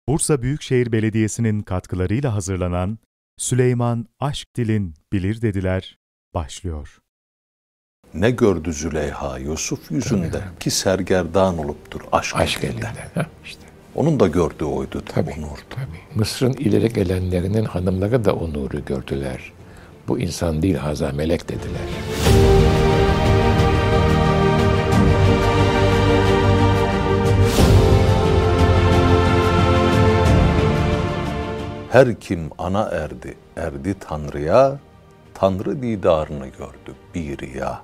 Bursa Büyükşehir Belediyesi'nin katkılarıyla hazırlanan Süleyman Aşkdil'in Bilir Dediler başlıyor. Ne gördü Züleyha Yusuf yüzünde ki sergerdan oluptur aşk elinde. İşte. Onun da gördüğü oydu Tabii, o nurdu. tabii. Mısır'ın ileri gelenlerinin hanımları da o nuru gördüler. Bu insan değil, haza melek dediler. Her kim ana erdi, erdi Tanrı'ya, Tanrı didarını gördü bir ya.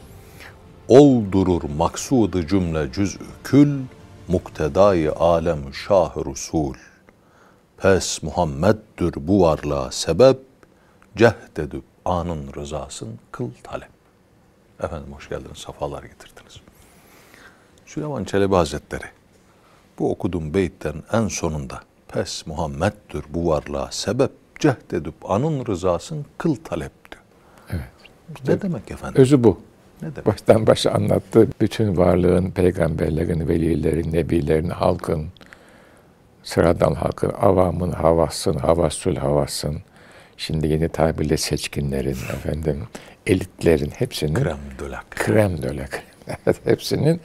Oldurur maksudu cümle cüz'ü kül, muktedai alem şah-ı rusul. Pes Muhammed'dür bu varlığa sebep, cehd edip anın rızasın kıl talep. Efendim hoş geldiniz, safalar getirdiniz. Süleyman Çelebi Hazretleri, bu okuduğum beytten en sonunda, pes Muhammed'dür bu varlığa sebep, cehd edip anın rızasın kıl talep diyor. Evet. Ne demek efendim? Özü bu. Ne demek? Baştan başa anlattı. Bütün varlığın, peygamberlerin, velilerin, nebilerin, halkın, sıradan halkın, avamın, havasın, havasül havasın, şimdi yeni tabirle seçkinlerin, elitlerin hepsinin krem dölak. Hepsinin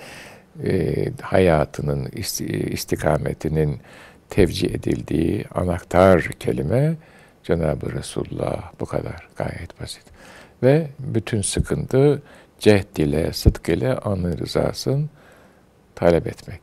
hayatının, istikametinin tevcih edildiği anahtar kelime Cenab-ı Resulullah. Bu kadar. Gayet basit. Ve bütün sıkıntı cehd ile, sıdk ile onun rızasını talep etmek.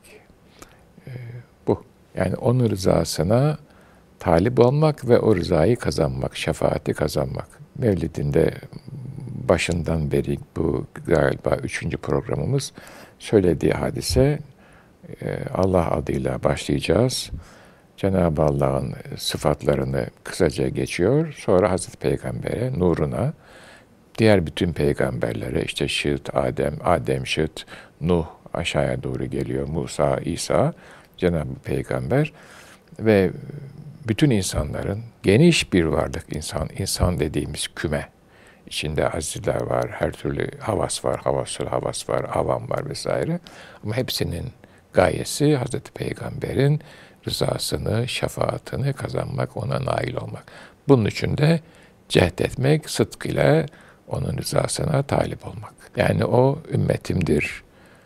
Bu. Yani onun rızasına talip olmak ve o rızayı kazanmak, şefaati kazanmak. Mevlid'inde başından beri bu galiba 3. programımız söylediği hadise, Allah adıyla başlayacağız. Cenab-ı Allah'ın sıfatlarını kısaca geçiyor. Sonra Hazreti Peygamber'e, nuruna, diğer bütün peygamberlere, işte Şıt, Adem, Şıt, Nuh aşağıya doğru geliyor. Musa, İsa, Cenab-ı Peygamber ve bütün insanların geniş bir varlık, insan dediğimiz küme. İçinde azizler var, her türlü havas var, havasül havas var, avam var vesaire. Ama hepsinin gayesi Hazreti Peygamber'in rızasını, şefaatini kazanmak, ona nail olmak. Bunun için de cehd etmek, sıdk ile onun rızasına talip olmak. Yani o ümmetimdir,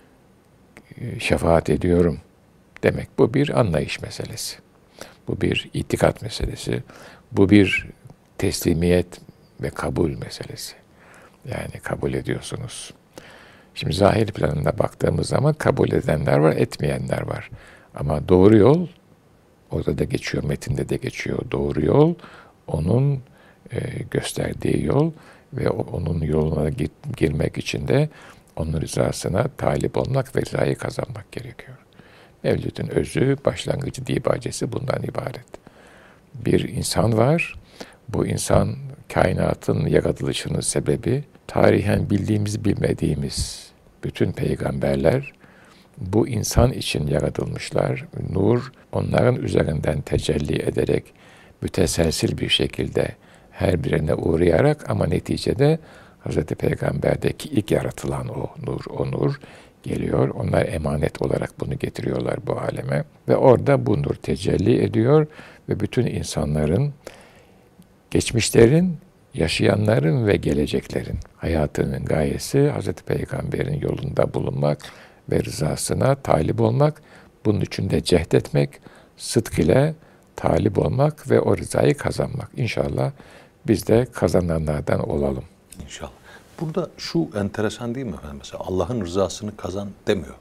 şefaat ediyorum demek. Bu bir anlayış meselesi. Bu bir itikat meselesi. Bu bir teslimiyet ve kabul meselesi. Yani kabul ediyorsunuz. Şimdi zahir planına baktığımız zaman kabul edenler var, etmeyenler var. Ama doğru yol, orada da geçiyor, metinde de geçiyor. Doğru yol, onun gösterdiği yol ve onun yoluna girmek için de onun rızasına talip olmak ve rızayı kazanmak gerekiyor. Mevlidin özü, başlangıcı, dibacesi bundan ibaret. Bir insan var, bu insan kainatın yaratılışının sebebi, tarihen bildiğimiz bilmediğimiz bütün peygamberler bu insan için yaratılmışlar. Nur onların üzerinden tecelli ederek müteselsil bir şekilde her birine uğrayarak ama neticede Hz. Peygamber'deki ilk yaratılan o nur geliyor. Onlar emanet olarak bunu getiriyorlar bu aleme ve orada bu nur tecelli ediyor ve bütün insanların, geçmişlerin, yaşayanların ve geleceklerin hayatının gayesi Hz. Peygamber'in yolunda bulunmak ve rızasına talip olmak, bunun için de cehd etmek, sıdk ile talip olmak ve o rızayı kazanmak. İnşallah biz de kazananlardan olalım. İnşallah. Burada şu enteresan değil mi efendim? Mesela Allah'ın rızasını kazan demiyor.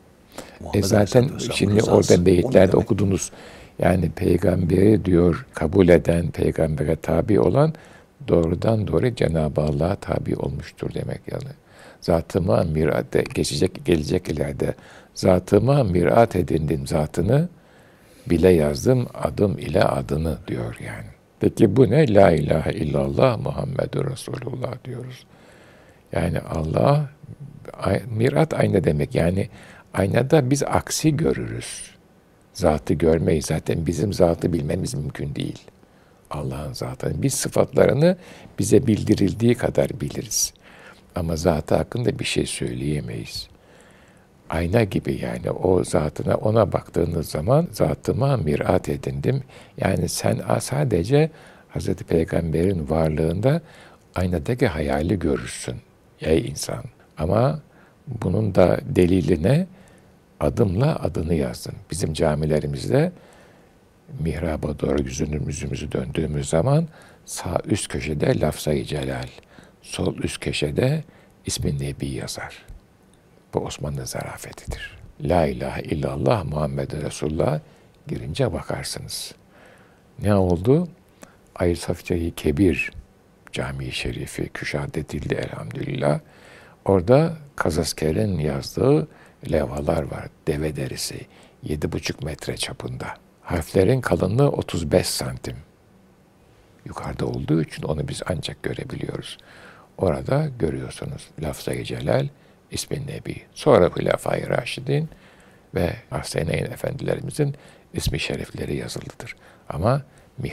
Zaten şimdi orada beyitlerde okudunuz. Yani peygamberi diyor kabul eden, peygambere tabi olan doğrudan doğru Cenab-ı Allah'a tabi olmuştur demek yani. Zatıma mirate gelecek ileride zatıma mirat edindim zatını bile yazdım adım ile adını diyor yani. Peki bu ne? La ilahe illallah Muhammedur Resulullah diyoruz. Yani Allah, mirat ayna demek. Yani aynada biz aksi görürüz. Zatı görmeyiz. Zaten bizim zatı bilmemiz mümkün değil. Allah'ın zatını. Biz sıfatlarını bize bildirildiği kadar biliriz. Ama zatı hakkında bir şey söyleyemeyiz. ayna gibi, yani o zatına, ona baktığınız zaman zatıma mirat edindim. Yani sen sadece Hazreti Peygamber'in varlığında aynadaki hayali görürsün ey insan. Ama bunun da deliline adımla adını yazdım. Bizim camilerimizde mihraba doğru yüzümüzü döndüğümüz zaman sağ üst köşede Lafzayı Celal, sol üst köşede ismi Nebi yazar. Bu Osmanlı zarafetidir. La ilahe illallah Muhammed Resulullah girince bakarsınız. Ne oldu? Ayasofya-i Kebir Camii Şerifi küşat edildi elhamdülillah. Orada Kazasker'in yazdığı levhalar var. Deve derisi 7,5 metre çapında. Harflerin kalınlığı 35 santim. Yukarıda olduğu için onu biz ancak görebiliyoruz. Orada görüyorsunuz Lafz-ı Celal, ismi Nebi. Sonra Hulefai Raşidin ve Hüseyin efendilerimizin ismi şerifleri yazılıdır. Ama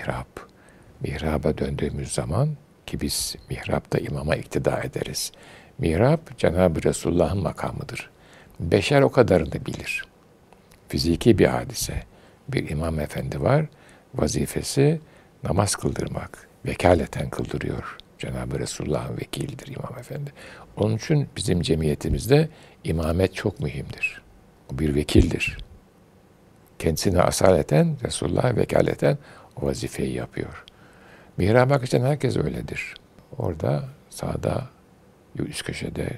mihraba döndüğümüz zaman ki biz mihrapta imama iktida ederiz. Mihrap Cenab-ı Resulullah'ın makamıdır. Beşer o kadarını bilir. Fiziki bir hadise. Bir imam efendi var. Vazifesi namaz kıldırmak. Vekaleten kıldırıyor. Cenab-ı Resulullah'ın vekilidir imam efendi. Onun için bizim cemiyetimizde imamet çok mühimdir. O bir vekildir. Kendisine asaleten, Resulullah'a vekaleten o vazifeyi yapıyor. Mihraba geçen herkes öyledir. Orada sağda üst köşede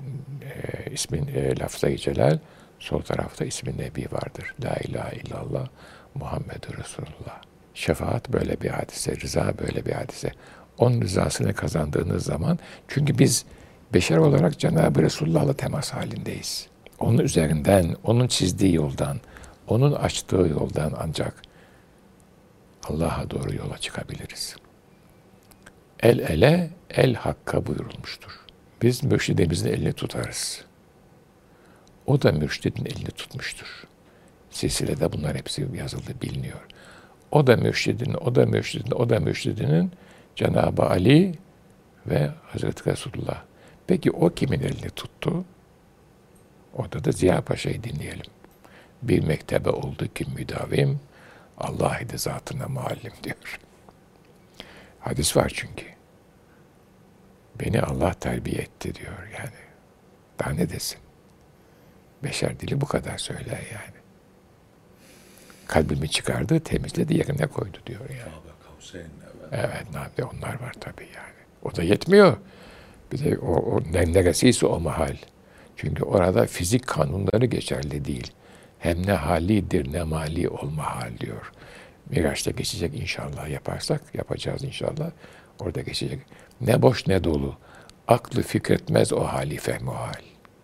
Lafz-ı Celal, sol tarafta ismi Nebi vardır. La ilahe illallah Muhammedur Resulullah. Şefaat böyle bir hadise, rıza böyle bir hadise. Onun rızasını kazandığınız zaman, çünkü biz beşer olarak Cenab-ı Resulullah'la temas halindeyiz. Onun üzerinden, onun çizdiği yoldan, onun açtığı yoldan ancak Allah'a doğru yola çıkabiliriz. El ele, el hakka buyurulmuştur. Biz mürşidimizin elini tutarız. O da mürşidin elini tutmuştur. Silsilede bunlar hepsi yazıldı, biliniyor. O da mürşidinin Cenab-ı Ali ve Hazreti Resulullah. Peki o kimin elini tuttu? Orada da Ziya Paşa'yı dinleyelim. Bir mektebe oldu ki müdavim, Allah idi zatına muallim diyor. Hadis var çünkü. Beni Allah terbiye etti diyor yani. Daha ne desin? Beşer dili bu kadar söyler yani. Kalbimi çıkardı, temizledi, yerine koydu diyor yani. Evet, onlar var tabii yani. O da yetmiyor. Bir de o neresiyse o mahal. Çünkü orada fizik kanunları geçerli değil. Hem ne halidir ne mali olma hal diyor. Miraç'ta geçecek inşallah, yapacağız inşallah. Orada geçecek. Ne boş ne dolu. Aklı fikretmez o hali fehmi o hal.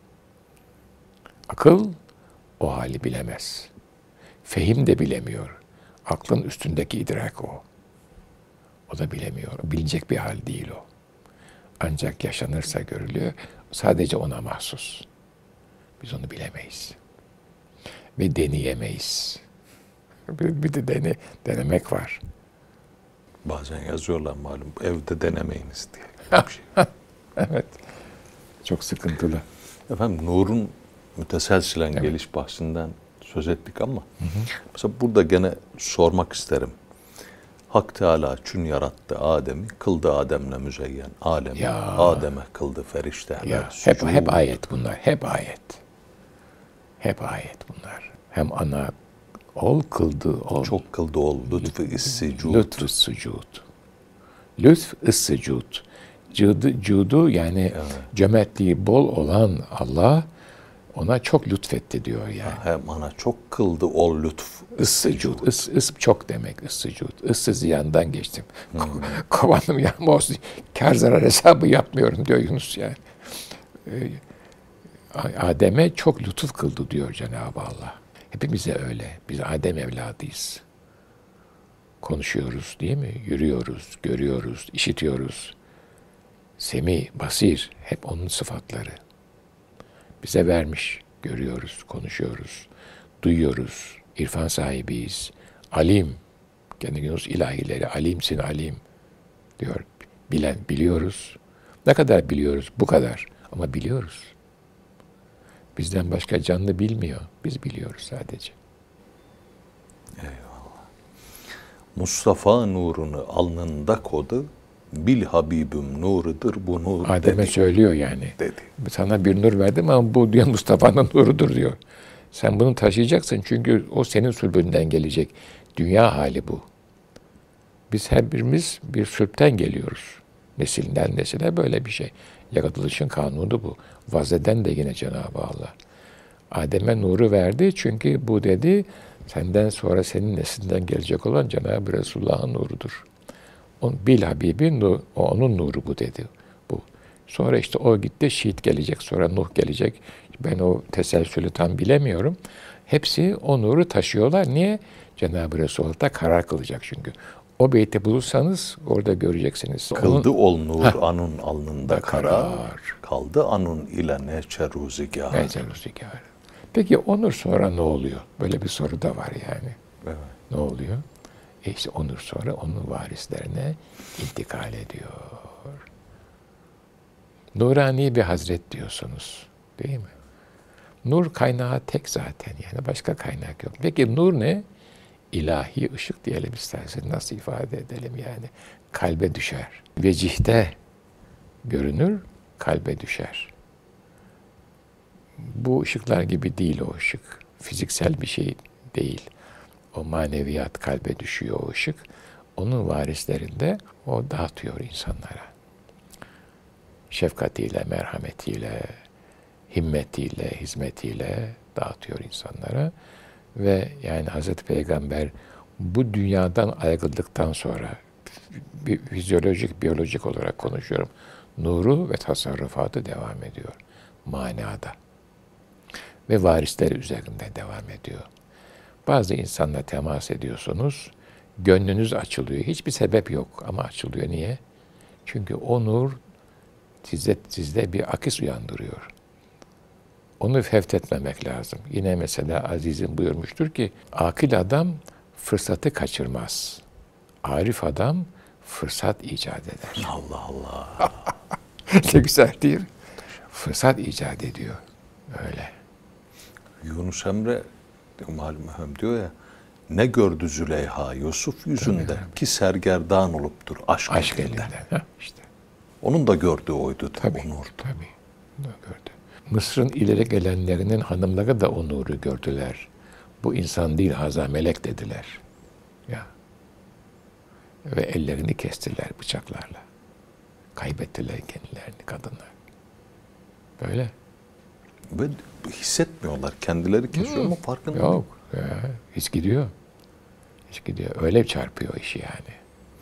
Akıl o hali bilemez. Fehim de bilemiyor. Aklın üstündeki idrak o. O da bilemiyor. Bilinecek bir hal değil o. Ancak yaşanırsa görülüyor. Sadece ona mahsus. Biz onu bilemeyiz. Ve deneyemeyiz. Bir de denemek var. Bazen yazıyorlar malum, evde denemeyiniz diye. Evet. Çok sıkıntılı. Efendim nurun müteselsilen geliş bahsinden söz ettik ama mesela burada gene sormak isterim. Hak Teâlâ çün yarattı Adem'i, kıldı Adem'le müzeyyen alemi. Adem'e kıldı ferişteler. Hep ayet bunlar, hep ayet. Hep ayet bunlar. Hem ana ol kıldı ol. Çok kıldı ol lütfü is-sucud. Lütfü sucud. Lütf is-sucud. Cudu yani cömertliği bol olan Allah ona çok lütfetti diyor yani. Hem ana çok kıldı ol lütf. Is-sucud. Is çok demek is-sucud. Is-ı ziyandan geçtim. Kovanım yağmaz. Kar zarar hesabı yapmıyorum diyor Yunus yani. Adem'e çok lütuf kıldı diyor Cenab-ı Allah. Hepimize öyle. Biz Adem evladıyız. Konuşuyoruz değil mi? Yürüyoruz, görüyoruz, işitiyoruz. Semi, basir hep onun sıfatları. Bize vermiş. Görüyoruz, konuşuyoruz, duyuyoruz. İrfan sahibiyiz. Alim. Kendi Yunus ilahileri alimsin alim diyor. Biliyoruz. Ne kadar biliyoruz? Bu kadar. Ama biliyoruz. Bizden başka canlı bilmiyor. Biz biliyoruz sadece. Mustafa nurunu alnında kodu, bil Habibim nurudur bu nur Adem'e dedi. söylüyor yani. Dedi. Sana bir nur verdim ama bu diyor Mustafa'nın nurudur diyor. Sen bunu taşıyacaksın çünkü o senin sülbünden gelecek. Dünya hali bu. Biz her birimiz bir sülpten geliyoruz. Nesilden nesile böyle bir şey. Yaratılışın kanunu bu. Vazeden de yine Cenab-ı Allah. Adem'e nuru verdi çünkü bu dedi senden sonra senin neslinden gelecek olan Cenab-ı Resulullah'ın nurudur. Bil Habibin o onun nuru bu dedi. Bu. Sonra işte o gitti Şiit gelecek, sonra Nuh gelecek. Ben o teselsülü tam bilemiyorum. Hepsi o nuru taşıyorlar. Niye? Cenab-ı Resulullah da karar kılacak çünkü. O beyti bulursanız orada göreceksiniz. Kıldı ol nur anun alnında karar. Kaldı anun ile neçe ruzigar. Neçe ruzigar. Peki o nur sonra ne oluyor? Böyle bir soru da var yani. Evet. Ne oluyor? İşte o nur sonra onun varislerine intikal ediyor. Nurani bir hazret diyorsunuz. Değil mi? Nur kaynağı tek zaten yani başka kaynak yok. Peki nur ne? İlahi ışık diyelim isterseniz nasıl ifade edelim yani. Kalbe düşer. Vecihte görünür, kalbe düşer. Bu ışıklar gibi değil o ışık. Fiziksel bir şey değil. O maneviyat kalbe düşüyor o ışık. Onun varislerinde o dağıtıyor insanlara. Şefkatiyle, merhametiyle, himmetiyle, hizmetiyle dağıtıyor insanlara. Ve yani Hazreti Peygamber bu dünyadan ayrıldıktan sonra bir fizyolojik, biyolojik olarak konuşuyorum. Nuru ve tasarrufatı devam ediyor manada. Ve varisleri üzerinde devam ediyor. Bazı insanla temas ediyorsunuz, gönlünüz açılıyor. Hiçbir sebep yok ama açılıyor. Niye? Çünkü o nur sizde bir akis uyandırıyor. Onu fevtetmemek lazım. Yine mesela Aziz'in buyurmuştur ki, akil adam fırsatı kaçırmaz. Arif adam fırsat icat eder. Allah Allah. Ne güzel değil mi? Fırsat icat ediyor. Öyle. Yunus Emre malum hem diyor ya, ne gördü Züleyha Yusuf yüzünde ki sergerdan oluptur aşk elinden. İşte. Onun da gördüğü oydu. Tabii, o nur. tabii. Onu gördü. Mısır'ın ileri gelenlerinin hanımları da o nuru gördüler. Bu insan değil, haza melek dediler. Ya. Ve ellerini kestiler bıçaklarla. Kaybettiler kendilerini kadınlar. Böyle. Ve hissetmiyorlar. Kendileri kesiyor ama farkında değil. Yok. Hiç gidiyor. Hiç gidiyor. Öyle çarpıyor işi yani.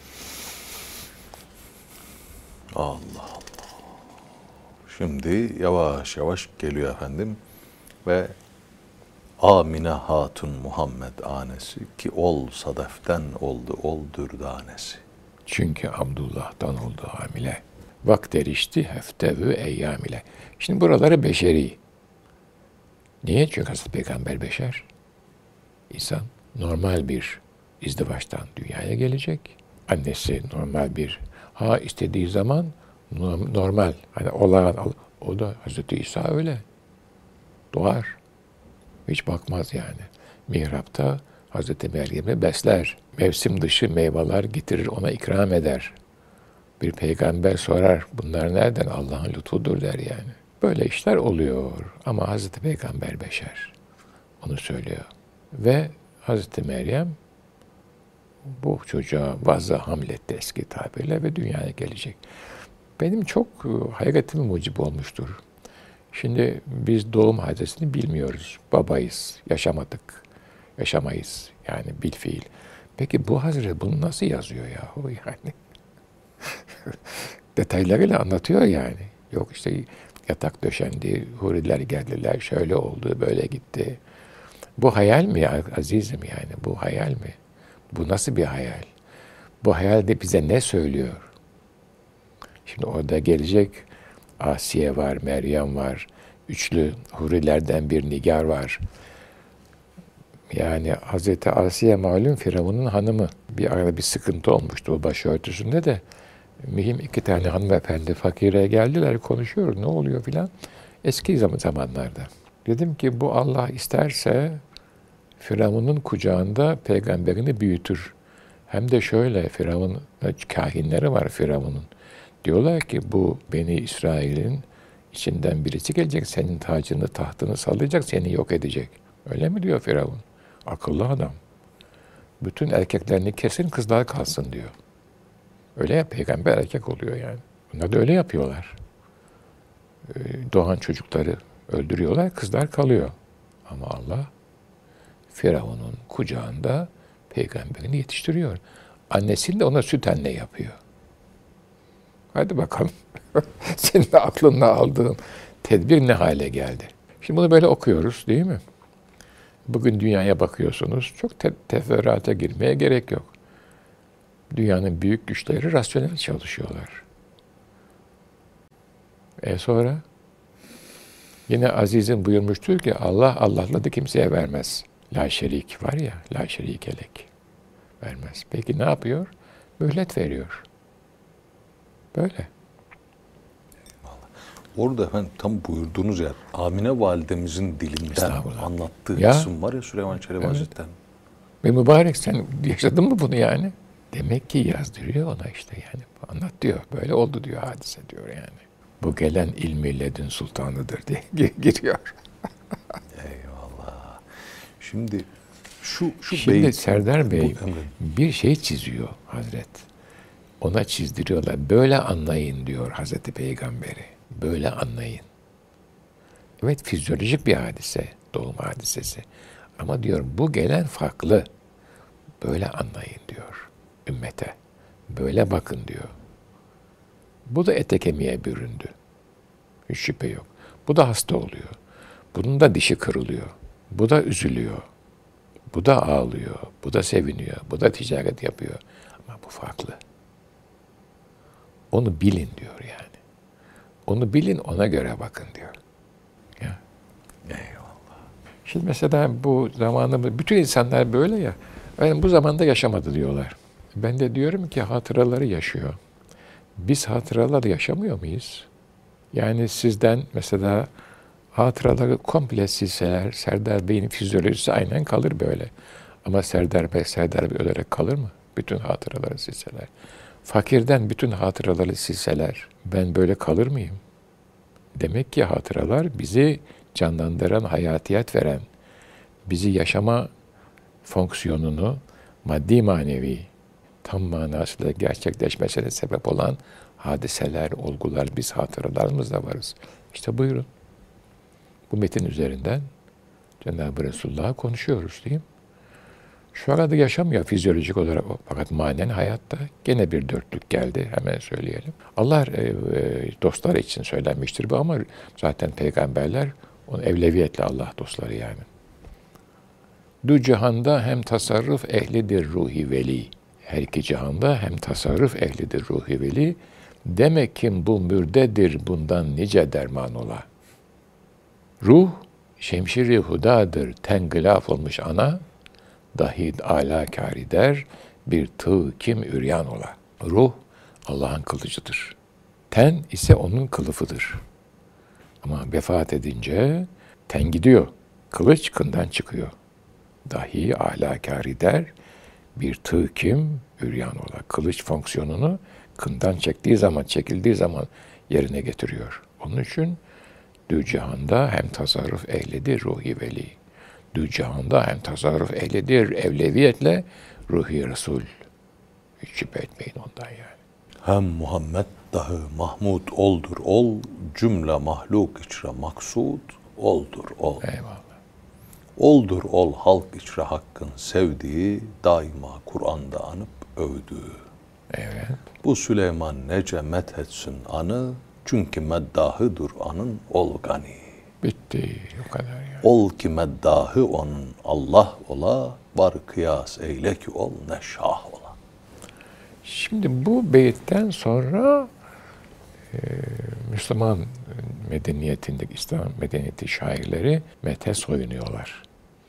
Allah Allah. Şimdi yavaş yavaş geliyor efendim ve Amine Hatun Muhammed anesi ki ol sadeften oldu ol dürdanesi. Çünkü Abdullah'tan oldu hamile. Vakt erişti heftevü eyyam ile. Şimdi buraları beşeri. Niye? Çünkü Hazreti Peygamber beşer. İnsan normal bir izdivaçtan dünyaya gelecek. Annesi normal bir istediği zaman normal. Hani olağan o da Hazreti İsa öyle. Doğar. Hiç bakmaz yani. Mihrapta Hazreti Meryem'i besler. Mevsim dışı meyveler getirir, ona ikram eder. Bir peygamber sorar, bunlar nereden? Allah'ın lütfudur der yani. Böyle işler oluyor ama Hazreti Peygamber beşer. Onu söylüyor. Ve Hazreti Meryem bu çocuğa vazza hamletti eski tabirle ve dünyaya gelecek. Benim çok hayretime mucib olmuştur. Şimdi biz doğum hadisesini bilmiyoruz. Babayız, yaşamadık, yaşamayız yani bilfiil. Peki bu Hazreti bunu nasıl yazıyor yahu yani? Detaylarıyla anlatıyor yani. Yok işte yatak döşendi, huriler geldiler, şöyle oldu, böyle gitti. Bu hayal mi ya azizim yani? Bu hayal mi? Bu nasıl bir hayal? Bu hayalde bize ne söylüyor? Şimdi orada gelecek Asiye var, Meryem var, üçlü hurilerden bir Nigar var. Yani Hazreti Asiye malum Firavun'un hanımı. Bir arada bir sıkıntı olmuştu o başörtüsünde de. Mühim iki tane hanımefendi fakire geldiler, konuşuyor, ne oluyor filan. Eski zamanlarda. Dedim ki bu Allah isterse Firavun'un kucağında peygamberini büyütür. Hem de şöyle, Firavun kahinleri var Firavun'un. Diyorlar ki bu Beni İsrail'in içinden birisi gelecek, senin tacını, tahtını sallayacak, seni yok edecek. Öyle mi diyor Firavun? Akıllı adam. Bütün erkeklerini kesin, kızlar kalsın diyor. Öyle ya, peygamber erkek oluyor yani. Bunlar da öyle yapıyorlar. Doğan çocukları öldürüyorlar, kızlar kalıyor. Ama Allah Firavun'un kucağında peygamberini yetiştiriyor. Annesini de ona süt anne yapıyor. Hadi bakalım. Senin de aklınla aldığın tedbir ne hale geldi? Şimdi bunu böyle okuyoruz değil mi? Bugün dünyaya bakıyorsunuz. Çok teferruata girmeye gerek yok. Dünyanın büyük güçleri rasyonel çalışıyorlar. Sonra yine Aziz'in buyurmuştur ki Allah Allah'la da kimseye vermez. La şerik var ya, la şerikelek vermez. Peki ne yapıyor? Mühlet veriyor. Böyle. Orada efendim tam buyurduğunuz yer Amine validemizin dilinden anlattığı kısım var ya Süleyman Çelebi Hazretleri. Ve mübarek sen yaşadın mı bunu yani? Demek ki yazdırıyor ona işte yani. Anlat diyor. Böyle oldu diyor hadise diyor yani. Bu gelen ilmi ledün sultanıdır diye giriyor. Eyvallah. Şimdi şu Şimdi Serdar Bey bir şey çiziyor Hazret. Ona çizdiriyorlar. Böyle anlayın diyor Hazreti Peygamberi. Böyle anlayın. Evet, fizyolojik bir hadise, doğum hadisesi. Ama diyor bu gelen farklı. Böyle anlayın diyor ümmete. Böyle bakın diyor. Bu da ete kemiğe büründü. Hiç şüphe yok. Bu da hasta oluyor. Bunun da dişi kırılıyor. Bu da üzülüyor. Bu da ağlıyor. Bu da seviniyor. Bu da ticaret yapıyor. Ama bu farklı. Onu bilin diyor yani. Onu bilin, ona göre bakın diyor. Ya. Eyvallah. Şimdi mesela bu zamanımız, bütün insanlar böyle ya, yani bu zamanda yaşamadı diyorlar. Ben de diyorum ki hatıraları yaşıyor. Biz hatıraları yaşamıyor muyuz? Yani sizden mesela hatıraları komple silseler, Serdar Bey'in fizyolojisi aynen kalır böyle. Ama Serdar Bey ölerek kalır mı? Bütün hatıraları silseler. Fakirden bütün hatıraları silseler, ben böyle kalır mıyım? Demek ki hatıralar bizi canlandıran, hayatiyet veren, bizi yaşama fonksiyonunu maddi manevi tam manasıyla gerçekleşmesine sebep olan hadiseler, olgular, biz hatıralarımızla varız. İşte buyurun. Bu metin üzerinden Cenab-ı Resulullah'a konuşuyoruz değil mi? Şu arada yaşamıyor fizyolojik olarak fakat manen hayatta. Gene bir dörtlük geldi, hemen söyleyelim. Allah dostları için söylenmiştir bu ama zaten peygamberler onun evleviyetle Allah dostları yani. Du cihanda hem tasarruf ehlidir ruhi veli. Her iki cihanda hem tasarruf ehlidir ruhi veli. Demek kim bu mürdedir bundan nice derman ola. Ruh şemşiri hudadır ten gılaf olmuş ana. Dahi âlâ kâri der, bir tığ kim üryan ola. Ruh Allah'ın kılıcıdır. Ten ise onun kılıfıdır. Ama vefat edince ten gidiyor. Kılıç kından çıkıyor. Dahi âlâ kâri der, bir tığ kim üryan ola. Kılıç fonksiyonunu kından çekildiği zaman yerine getiriyor. Onun için dü cihanda hem tasarruf ehlidir ruhi veli. Dü cihanda hem tasarruf ehlidir evleviyetle ruhi Resul. Hiç şüphe etmeyin ondan yani. Hem Muhammed dahi Mahmud oldur ol, cümle mahluk içre maksud oldur ol. Eyvallah. Oldur ol halk içre hakkın sevdiği, daima Kur'an'da anıp övdüğü. Evet. Bu Süleyman nece methetsin anı, çünkü meddahıdır anın ol gani. Bitti. O kadar yani. Ol ki meddahı onun Allah ola, var kıyas eyle ki ol ne şah ola. Şimdi bu beyitten sonra Müslüman medeniyetindeki İslam medeniyeti şairleri methe soyunuyorlar.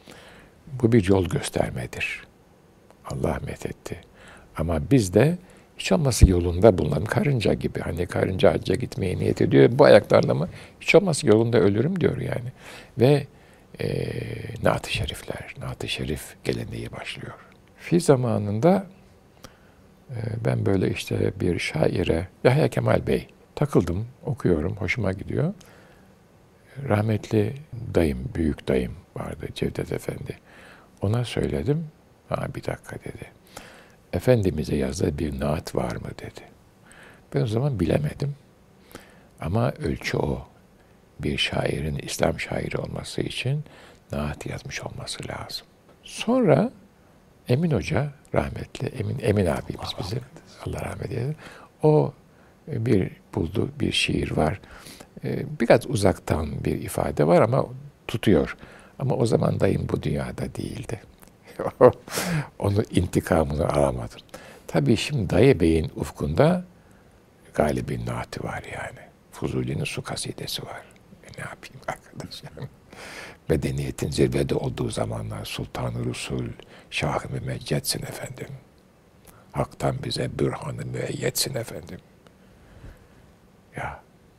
Bu bir yol göstermedir. Allah methetti. Ama biz de Hiç olmazsa yolunda bulunan karınca gibi. Hani karınca hacca gitmeye niyet ediyor. Bu ayaklarla mı? Hiç olmazsa yolunda ölürüm diyor yani. Ve Naat-ı Şerifler, Naat-ı Şerif geleneği başlıyor. Fi zamanında ben böyle işte bir şaire, Yahya Kemal Bey, takıldım, okuyorum, hoşuma gidiyor. Rahmetli dayım, büyük dayım vardı, Cevdet Efendi. Ona söyledim, bir dakika dedi. Efendimiz'e yazdığı bir naat var mı dedi. Ben o zaman bilemedim. Ama ölçü o. Bir şairin İslam şairi olması için naat yazmış olması lazım. Sonra Emin Hoca, rahmetli Emin abimiz bizim, Allah rahmet eylesin. O buldu bir şiir var. Biraz uzaktan bir ifade var ama tutuyor. Ama o zaman dayım bu dünyada değildi. Onun intikamını alamadım. Tabii şimdi dayı beyin ufkunda Galip'in naati var yani. Fuzuli'nin su kasidesi var. Ne yapayım arkadaş yani. Medeniyetin zirvede olduğu zamanlar Sultan-ı Resul, Şah-ı Mümeccetsin efendim. Hak'tan bize bürhan-ı müeyyetsin efendim. Ya.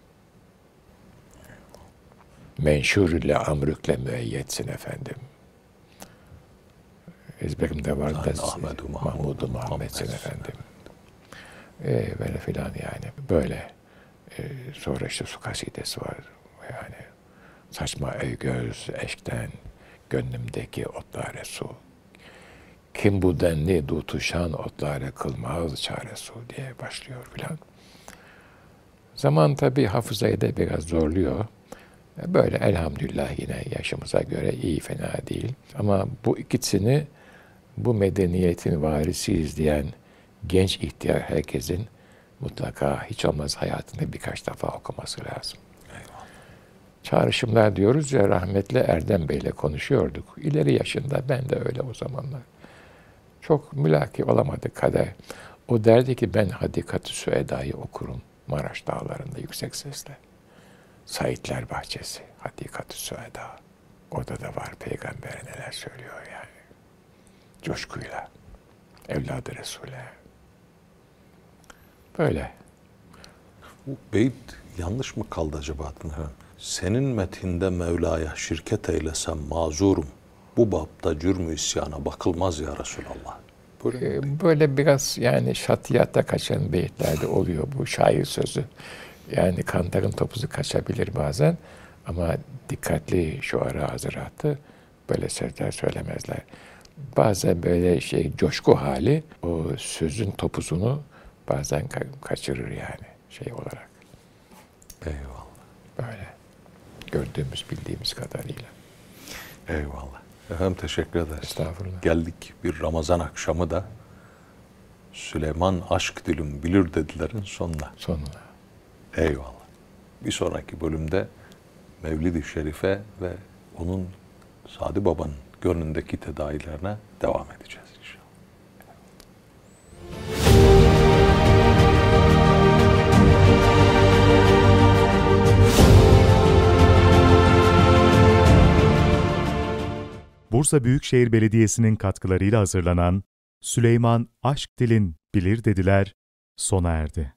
Menşur-ile amrükle müeyyetsin efendim. Ezberimde var da Mahmud-u Muhammed'sin efendim. Böyle filan yani. Böyle. Sonra işte su kasidesi var. Yani saçma ey göz eşkten gönlümdeki otlare su. Kim bu denli dutuşan otlare kılmaz çare su diye başlıyor filan. Zaman tabii hafızayı da biraz zorluyor. Böyle elhamdülillah yine yaşımıza göre iyi fena değil. Ama bu ikisini bu medeniyetin varisiyiz diyen genç ihtiyar herkesin mutlaka hiç olmaz hayatında birkaç defa okuması lazım. Eyvallah. Çağrışımlar diyoruz ya, rahmetli Erdem Bey'le konuşuyorduk. İleri yaşında, ben de öyle o zamanlar. Çok mülaki olamadık kader. O derdi ki ben Hadikat-ı Süeda'yı okurum Maraş dağlarında yüksek sesle. Saitler Bahçesi, Hadikat-ı Süeda. Orada da var Peygamber neler söylüyor yani. Coşkuyla, evladı Resul'e. Böyle. Bu beyt yanlış mı kaldı acaba? Senin metinde Mevla'ya şirket eylesem mazurum. Bu bapta cürmü isyana bakılmaz ya Resulallah. Böyle biraz yani şatiyata kaçan beyitlerde oluyor bu şair sözü. Yani kantarın topuzu kaçabilir bazen ama dikkatli şuara hazıratı böyle sözler söylemezler. Bazen böyle coşku hali o sözün topuzunu bazen kaçırır yani olarak. Eyvallah. Böyle gördüğümüz, bildiğimiz kadarıyla. Eyvallah. Efendim teşekkür ederiz. Estağfurullah. Geldik bir Ramazan akşamı da Süleyman aşk dilim bilir dedilerin sonuna. Eyvallah. Bir sonraki bölümde Mevlid-i Şerife ve onun Sadi Baba'nın gönlündeki tedavilerine devam edeceğiz inşallah. Bursa Büyükşehir Belediyesi'nin katkılarıyla hazırlanan Süleyman Aşk Dilin Bilir Dediler sona erdi.